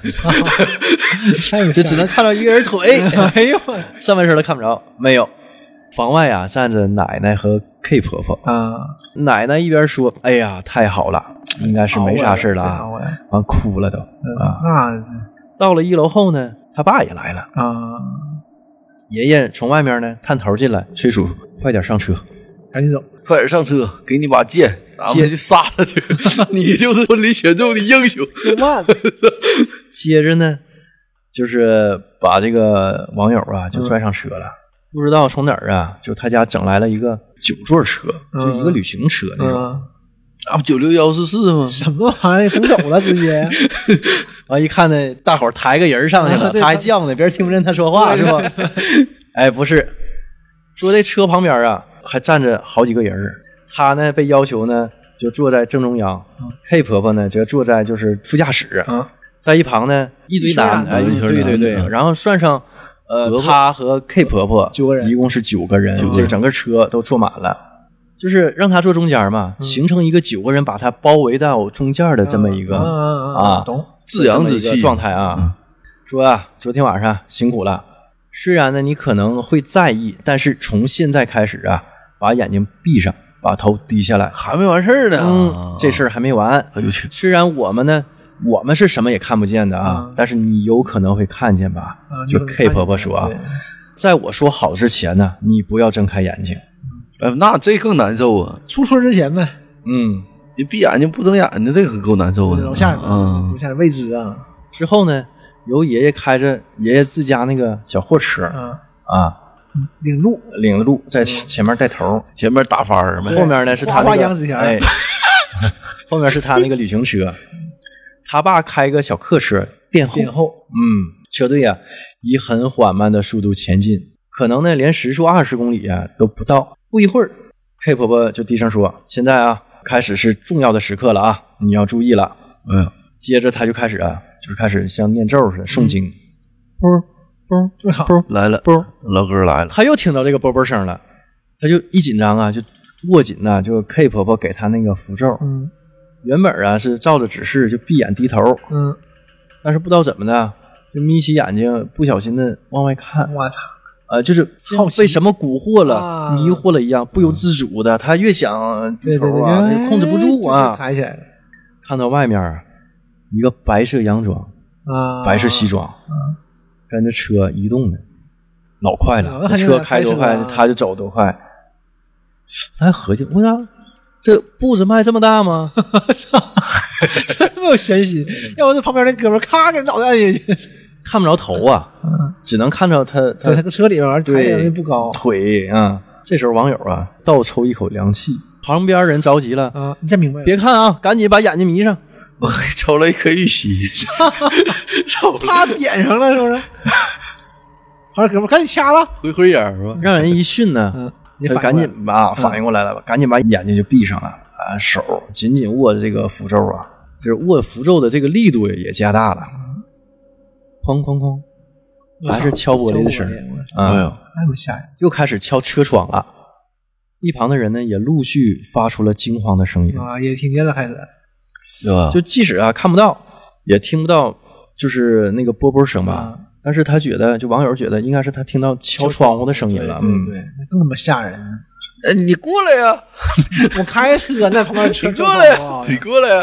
S1: 就只能看到一个人腿。
S2: 哎呦，
S1: 上半身都看不着，没有。房外啊站着奶奶和 K 婆婆
S2: 啊，
S1: 奶奶一边说：“哎呀，太好了，应该是没啥事了啊。”完哭了都、
S2: 嗯、
S1: 啊。
S2: 那
S1: 到了一楼后呢，他爸也来了
S2: 啊。
S1: 爷爷从外面呢探头进来，崔叔叔快点上车，
S2: 赶紧走，
S3: 快点上车，给你把剑，咱们去杀他去，你就是婚礼选中的英雄。
S2: 就慢。
S1: 接着呢，就是把这个网友啊就拽上车了。嗯不知道从哪儿啊，就他家整来了一个九座车，嗯、就一个旅行车那种。
S2: 嗯、
S3: 啊，不九六幺四四吗？
S2: 什么玩意儿，整走了直接。
S1: 完一看呢，大伙儿抬个人上去了，
S2: 啊、
S1: 他还叫呢，别人听不见他说话是吧？哎，不是，说这车旁边啊还站着好几个人，他呢被要求呢就坐在正中央、嗯、，K 婆婆呢则坐在就是副驾驶，
S2: 嗯、
S1: 在一旁呢一堆男的，哎，对对对，然后算上。呃，他和 K 婆婆
S2: 九个人，
S1: 一共是九个人，这整个车都坐满了，就是让他坐中间嘛、嗯，形成一个九个人把他包围到中间的这么一个、
S2: 嗯、
S1: 啊，
S2: 懂
S3: 自扬之气
S1: 状态啊、嗯。说啊，昨天晚上辛苦了，虽然呢你可能会在意，但是从现在开始啊，把眼睛闭上，把头低下来，
S3: 还没完事儿呢、
S1: 嗯，这事儿还没完。
S3: 哎呦去！
S1: 虽然我们呢。我们是什么也看不见的啊、嗯，但是你有可能会看见吧？
S2: 啊、
S1: 就 K 婆婆说啊，在我说好之前呢，你不要睁开眼睛。
S3: 哎，那这更难受啊！
S2: 出村之前呗，
S1: 嗯，
S3: 你闭眼睛不睁眼睛，这个够难受的。
S2: 楼下，
S3: 嗯，
S2: 楼下未知啊。
S1: 之后呢，由爷爷开着爷爷自家那个小货车，
S2: 嗯
S1: 啊，
S2: 领路，
S1: 领路在前面带头，
S3: 前面打翻儿，
S1: 后面呢是他
S2: 那个，
S1: 哎，后面是他那个旅行车。他爸开个小客车殿后，
S2: 殿后，
S1: 嗯，车队啊以很缓慢的速度前进，可能呢连时速二十公里啊都不到。不一会儿 ，K 婆婆就低声说：“现在啊，开始是重要的时刻了啊，你要注意了。”
S3: 嗯，
S1: 接着他就开始啊，就是开始像念咒似的诵经，啵啵啵
S3: 来了，
S1: 啵，
S3: 老哥来了。
S1: 他又听到这个啵啵声了，他就一紧张啊，就握紧呐、啊，就 K 婆婆给他那个符咒。
S2: 嗯。
S1: 原本啊是照着指示就闭眼低头，
S2: 嗯，
S1: 但是不知道怎么的，就眯起眼睛，不小心的往外看。
S2: 我操！
S1: 呃，就是被什么蛊惑了、
S2: 啊、
S1: 迷惑了一样，不由自主的，他越想低头啊，
S2: 对对对
S1: 控制不住啊，
S2: 抬起来了。
S1: 看到外面一个白色洋装
S2: 啊，
S1: 白色西装，
S2: 啊、
S1: 跟着车移动的，老快了，
S2: 啊、
S1: 车开多快，他就走多快。咱合计，我操！这步子迈这么大吗？
S2: 操，这么有闲心！要不这旁边那哥们咔给脑袋下去，
S1: 看不着头啊，
S2: 嗯、
S1: 只能看着他他
S2: 他个车里边
S1: 对
S2: 不高
S1: 腿啊。这时候网友啊倒抽一口凉气，旁边人着急了
S2: 啊！你先明白了，
S1: 别看啊，赶紧把眼睛迷上。
S3: 我抽了一颗玉玺，抽
S2: 他点上了是不是？旁边哥们赶紧掐了，
S3: 回回眼吧，
S1: 让人一训呢。
S2: 嗯
S1: 他赶紧把反应过来了吧、嗯，赶紧把眼睛就闭上了啊，手紧紧握着这个符咒啊，就是握符咒的这个力度也加大了，哐哐哐，还是敲玻璃的声啊，
S2: 哎呦，哎呦吓人！
S1: 又开始敲车窗了，一旁的人呢也陆续发出了惊慌的声音
S2: 啊，也听见了，开始，
S3: 对吧？
S1: 就即使啊看不到，也听不到，就是那个啵啵声吧。啊但是他觉得，就网友觉得应该是他听到敲窗户的声音了，
S2: 对对对，那更他妈吓人！
S3: 哎，你过来呀！
S2: 我开车呢，旁边车
S3: 你过来呀！你过来呀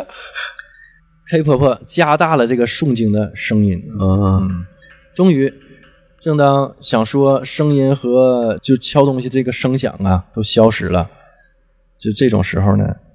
S1: ！K 婆婆加大了这个诵经的声音，
S3: 嗯，
S1: 终于，正当想说声音和就敲东西这个声响啊都消失了，就这种时候呢，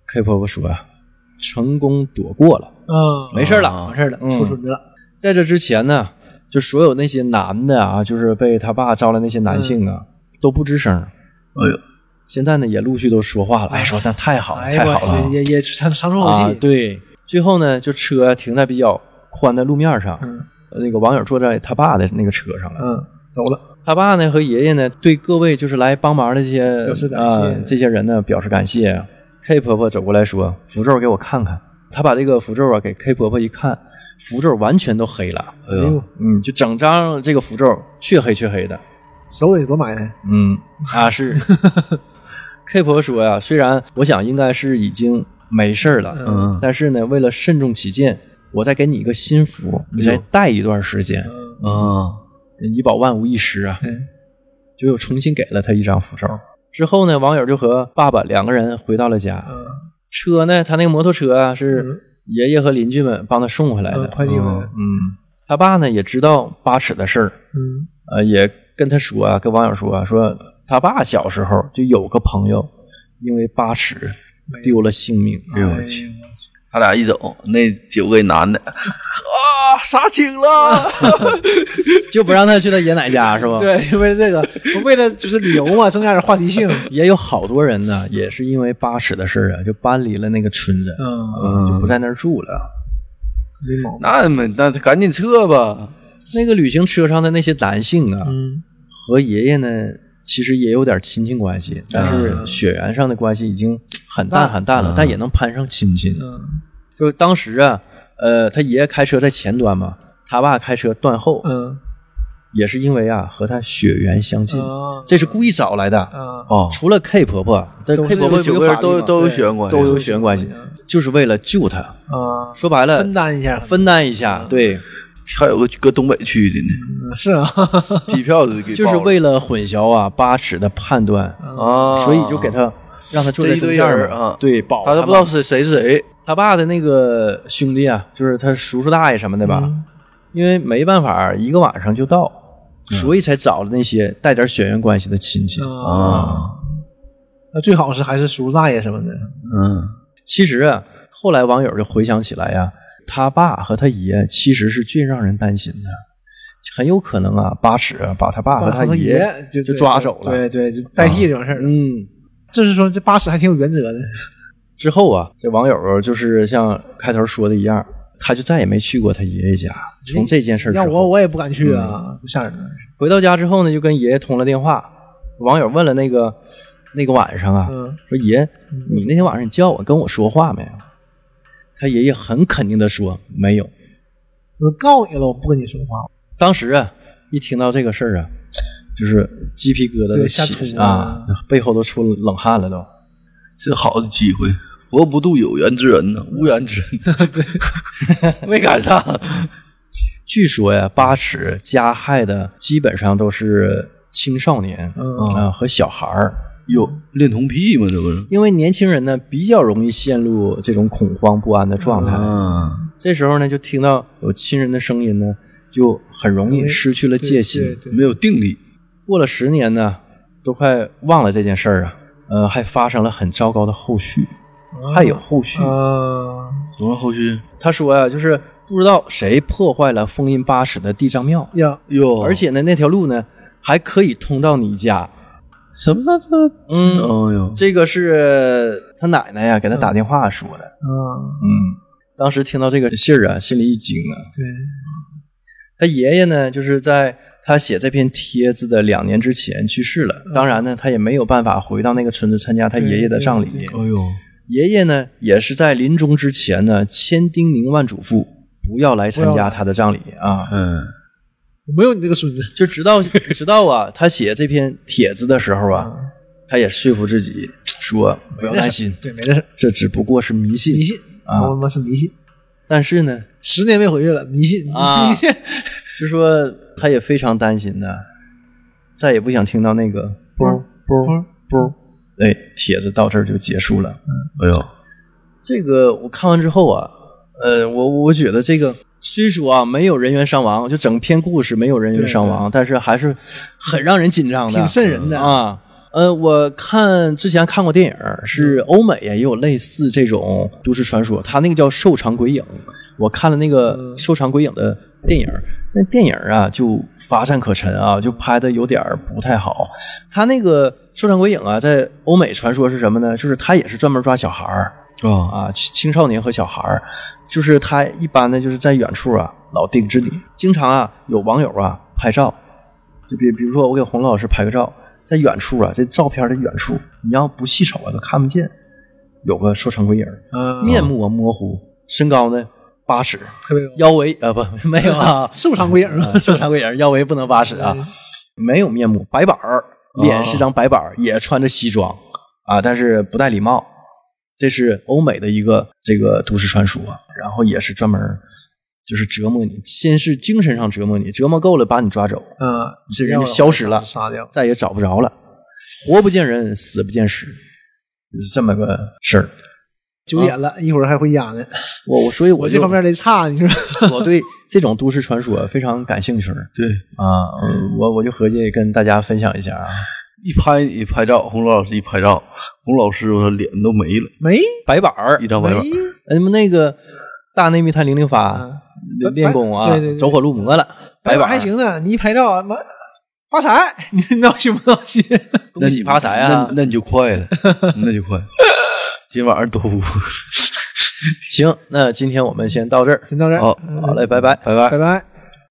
S1: K 婆婆说啊，成功躲过了，
S2: 嗯，
S1: 没事了，
S3: 啊
S2: 完事了，
S1: 嗯
S2: 出孙子了。
S1: 在这之前呢，就所有那些男的啊，就是被他爸招来那些男性啊，都不吱声。
S3: 哎呦，
S1: 现在呢也陆续都说话了，哎，说那太好了，
S2: 哎呀，
S1: 太好了
S2: 我也也长长出口
S1: 啊！
S2: 气。
S1: 对，最后呢，就车停在比较宽的路面上，
S2: 嗯
S1: 那个网友坐在他爸的那个车上了。
S2: 嗯，走了。
S1: 他爸呢和爷爷呢对各位就是来帮忙的这些
S2: 表示感谢
S1: 啊这些人呢表示感谢。K 婆婆走过来说：“符咒给我看看。”他把这个符咒啊给 K 婆婆一看，符咒完全都黑了。
S3: 哎呦，
S1: 嗯，就整张这个符咒黢黑黢黑的。
S2: 手得多买的。
S1: 嗯啊是。K 婆婆说呀，虽然我想应该是已经没事了，
S3: 嗯
S1: 但是呢，为了慎重起见，我再给你一个新符，你再带一段时间，
S3: 啊，
S1: 以保万无一失啊。
S2: 嗯
S1: 就又重新给了他一张符咒。之后呢，网友就和爸爸两个人回到了家。
S2: 嗯
S1: 车呢，他那个摩托车啊，
S2: 嗯
S1: 是爷爷和邻居们帮他送回来的。
S2: 嗯，快递回来。
S1: 嗯，他爸呢也知道八尺的事儿，
S2: 嗯
S1: 呃，也跟他说啊，跟网友说啊，说他爸小时候就有个朋友因为八尺丢了性命。
S3: 哎呦我去！他俩一走，那九个男的啊，杀青了。
S1: 就不让他去他爷奶家是吧？，
S2: 对，为了这个，为了就是旅游嘛，增加点话题性。
S1: 也有好多人呢，也是因为八尺的事儿啊，就搬离了那个村子，
S2: 嗯，
S1: 嗯，就不在那儿住了。
S2: 没毛病。
S3: 那么那赶紧撤吧。
S1: 那个旅行车上的那些男性啊，
S2: 嗯
S1: 和爷爷呢，其实也有点亲戚关系，但是血缘上的关系已经很淡很淡了，
S3: 嗯
S1: 但也能攀上亲戚。
S2: 嗯
S1: 就当时啊，呃，他爷爷开车在前端嘛，他爸开车断后，
S2: 嗯
S1: 也是因为啊和他血缘相近，
S2: 啊
S1: 这是故意找来的。
S2: 啊
S3: 哦，
S1: 除了 K 婆婆，这
S2: 都是
S1: K 婆婆
S3: 九个人都都有血缘关系，
S1: 都有血缘关系，就是为了救他。
S2: 啊，
S1: 说白了，
S2: 分担一下，
S1: 分担一下，对，
S3: 还有个搁东北去的呢，
S2: 嗯是啊，
S3: 机票都给
S1: 就是
S3: 报了
S1: 为了混淆啊八尺的判断，
S3: 啊，
S1: 所以就给他让他坐在
S3: 这一堆
S1: 中间嘛
S3: 人啊
S1: 对，保
S3: 他都
S1: 他嘛
S3: 不知道是谁是谁。
S1: 他爸的那个兄弟啊，就是他叔叔大爷什么的吧，
S2: 嗯
S1: 因为没办法一个晚上就到，所以才找了那些带点血缘关系的亲戚。
S3: 啊，
S2: 那最好是还是叔叔大爷什么的。
S3: 嗯，
S1: 其实啊，后来网友就回想起来呀、他爸和他爷其实是最让人担心的，很有可能啊，八尺啊把他爸和他
S2: 他
S1: 爷
S2: 就
S1: 就抓走了。
S2: 对对，就代替这种事儿。
S1: 嗯，
S2: 这是说这八尺还挺有原则的。
S1: 之后啊，这网友就是像开头说的一样，他就再也没去过他爷爷家。从这件事之
S2: 要我
S1: 后，
S2: 我也不敢去啊，不吓人的。
S1: 回到家之后呢，就跟爷爷通了电话。网友问了那个那个晚上啊，
S2: 嗯
S1: 说爷，你那天晚上你叫我跟我说话没有？他爷爷很肯定的说没有。
S2: 我告诉你了，我不跟你说话。
S1: 当时啊，一听到这个事儿啊，就是鸡皮疙瘩都
S2: 对吓
S1: 起
S2: 秃
S1: 啊，背后都出冷汗了都。
S3: 这好的机会，佛不渡有缘之人呢，无缘之人。对，没赶上。
S1: 据说呀，八尺加害的基本上都是青少年
S2: 嗯
S1: 啊和小孩儿，
S3: 哟，恋童癖吗？这不是？
S1: 因为年轻人呢比较容易陷入这种恐慌不安的状态。
S3: 啊，
S1: 这时候呢，就听到有亲人的声音呢，就很容易失去了戒心。
S2: 对对对
S3: 没有定力。
S1: 过了十年呢，都快忘了这件事儿啊。呃，还发生了很糟糕的后续，还有后续。
S2: 啊，
S3: 什么后续？
S1: 他说呀、就是不知道谁破坏了封印八尺的地藏庙，
S2: 呀，
S3: 哟，
S1: 而且呢，那条路呢还可以通到你家。
S3: 什么这？
S1: 嗯，
S3: 哦哟，
S1: 这个是他奶奶呀给他打电话说的。
S2: 啊，
S1: 嗯，当时听到这个信儿啊，心里一惊啊。
S2: 对，
S1: 他爷爷呢，就是在他写这篇帖子的两年之前去世了。当然呢，他也没有办法回到那个村子参加他爷爷的葬礼。
S2: 对
S3: 哎呦，
S1: 爷爷呢，也是在临终之前呢，千叮咛万嘱咐，不要来参加他的葬礼啊。
S3: 嗯，
S2: 我没有你这个孙子。
S1: 就直到直到啊，他写这篇帖子的时候啊，他也说服自己说不要担心，
S2: 对，没这事。
S1: 这只不过是迷信。
S2: 迷信
S1: 啊
S2: 我他妈是迷信。
S1: 但是呢，
S2: 十年没回去了，迷信
S1: 啊
S2: 迷信。
S1: 就说他也非常担心的，再也不想听到那个啵啵啵。哎，帖子到这儿就结束了。
S3: 哎呦，
S1: 这个我看完之后啊，呃，我我觉得这个虽说啊没有人员伤亡，就整篇故事没有人员伤亡，但是还是很让人紧张的，
S2: 挺瘆人的
S1: 啊。 呃，我看之前看过电影，是欧美呀也有类似这种都市传说，它那个叫《瘦长鬼影》。我看了那个《瘦长鬼影》的电影，那电影啊就乏善可陈啊，就拍的有点不太好。他那个《瘦长鬼影》啊，在欧美传说是什么呢？就是他也是专门抓小孩儿啊，青少年和小孩儿，就是他一般呢就是在远处啊老盯着你，经常啊有网友啊拍照，就比比如说我给洪老师拍个照，在远处啊，这照片的远处，你要不细瞅啊都看不见，有个瘦长鬼影，嗯、面目啊模糊，身高呢八尺，腰围呃不没有啊，
S2: 瘦长鬼影啊，
S1: 瘦长鬼影，腰围不能八尺啊，没有面目，白板儿，脸是张白板儿，也穿着西装啊，但是不戴礼帽。这是欧美的一个这个都市传说，然后也是专门就是折磨你，先是精神上折磨你，折磨够了把你抓走，
S2: 嗯，
S1: 这人就消失了，
S2: 杀掉，
S1: 再也找不着了，活不见人，死不见尸，就是这么个事儿。
S2: 九点了，啊、一会儿还回家呢。
S1: 我我所以我，
S2: 我这方面得差，你说
S1: 我对这种都市传说非常感兴趣。
S3: 对
S1: 啊，我我就合计跟大家分享一下啊。
S3: 一拍一拍照，洪老师一拍照，洪老师我脸都没了，
S2: 没
S1: 白板儿，
S3: 一张白板。
S1: 你们那个大内密探零零发、嗯、练功啊，
S2: 对对对
S1: 走火入魔了，
S2: 白板还行呢。你一拍照，妈发财，你闹心不闹心？
S1: 恭喜发财啊！
S3: 那那你就快了，那就快。今晚上多不
S1: 行，那今天我们先到这儿，
S2: 先到这儿。
S3: 好，
S1: 好嘞，拜拜，
S3: 拜拜，
S2: 拜拜。